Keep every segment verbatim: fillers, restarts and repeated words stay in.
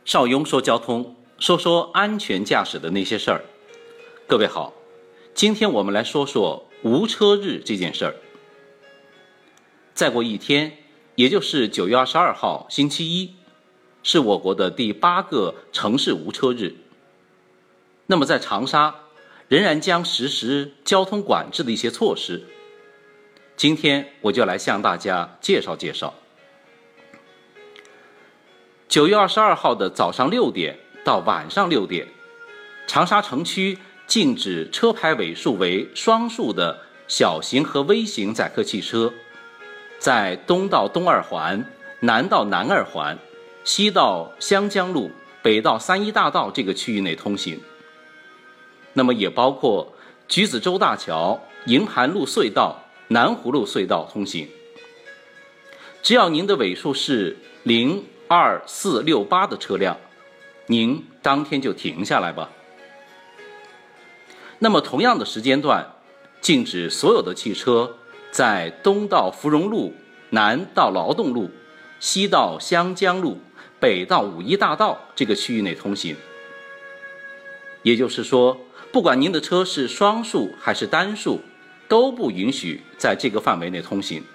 邵雍说交通，说说安全驾驶的那些事儿。各位好，今天我们来说说无车日这件事儿。再过一天，也就是九月二十二号星期一，是我国的第八个城市无车日。那么在长沙，仍然将实施交通管制的一些措施。今天我就来向大家介绍介绍。九月二十二号的早上六点到晚上六点，长沙城区禁止车牌尾数为双数的小型和微型载客汽车，在东到东二环、南到南二环、西到湘江路、北到三一大道这个区域内通行。那么也包括橘子洲大桥、营盘路隧道、南湖路隧道通行。只要您的尾数是零二四六八的车辆，您当天就停下来吧。那么同样的时间段，禁止所有的汽车在东到芙蓉路、南到劳动路、西到湘江路、北到五一大道这个区域内通行。也就是说，不管您的车是双数还是单数，都不允许在这个范围内通行。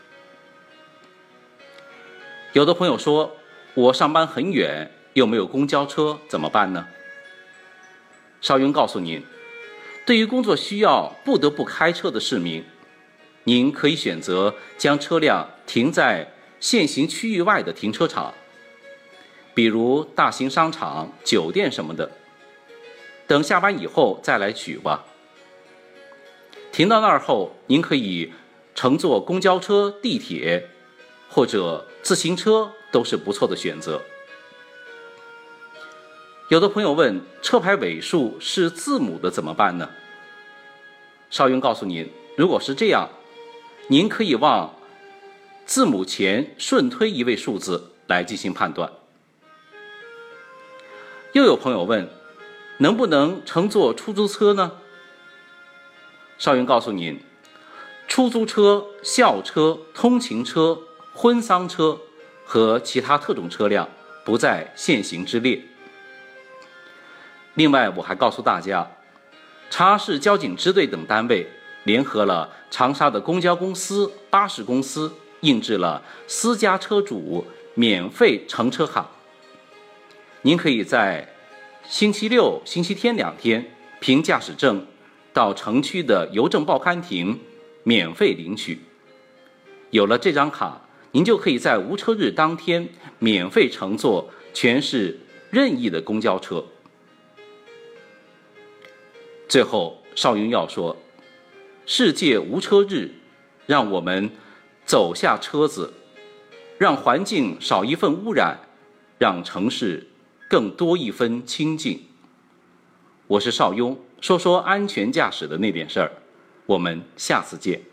有的朋友说，我上班很远，又没有公交车，怎么办呢？邵雍告诉您，对于工作需要不得不开车的市民，您可以选择将车辆停在限行区域外的停车场，比如大型商场、酒店什么的，等下班以后再来取吧。停到那儿后，您可以乘坐公交车、地铁或者自行车，都是不错的选择。有的朋友问，车牌尾数是字母的怎么办呢？邵雍告诉您，如果是这样，您可以往字母前顺推一位数字来进行判断。又有朋友问，能不能乘坐出租车呢？邵雍告诉您，出租车、校车、通勤车、婚丧车和其他特种车辆不在限行之列。另外，我还告诉大家，长沙市交警支队等单位联合了长沙的公交公司、巴士公司，印制了私家车主免费乘车卡。您可以在星期六、星期天两天凭驾驶证到城区的邮政报刊亭免费领取。有了这张卡，您就可以在无车日当天免费乘坐全市任意的公交车。最后，邵雍要说，世界无车日，让我们走下车子，让环境少一份污染，让城市更多一分清净。我是邵雍，说说安全驾驶的那点事儿，我们下次见。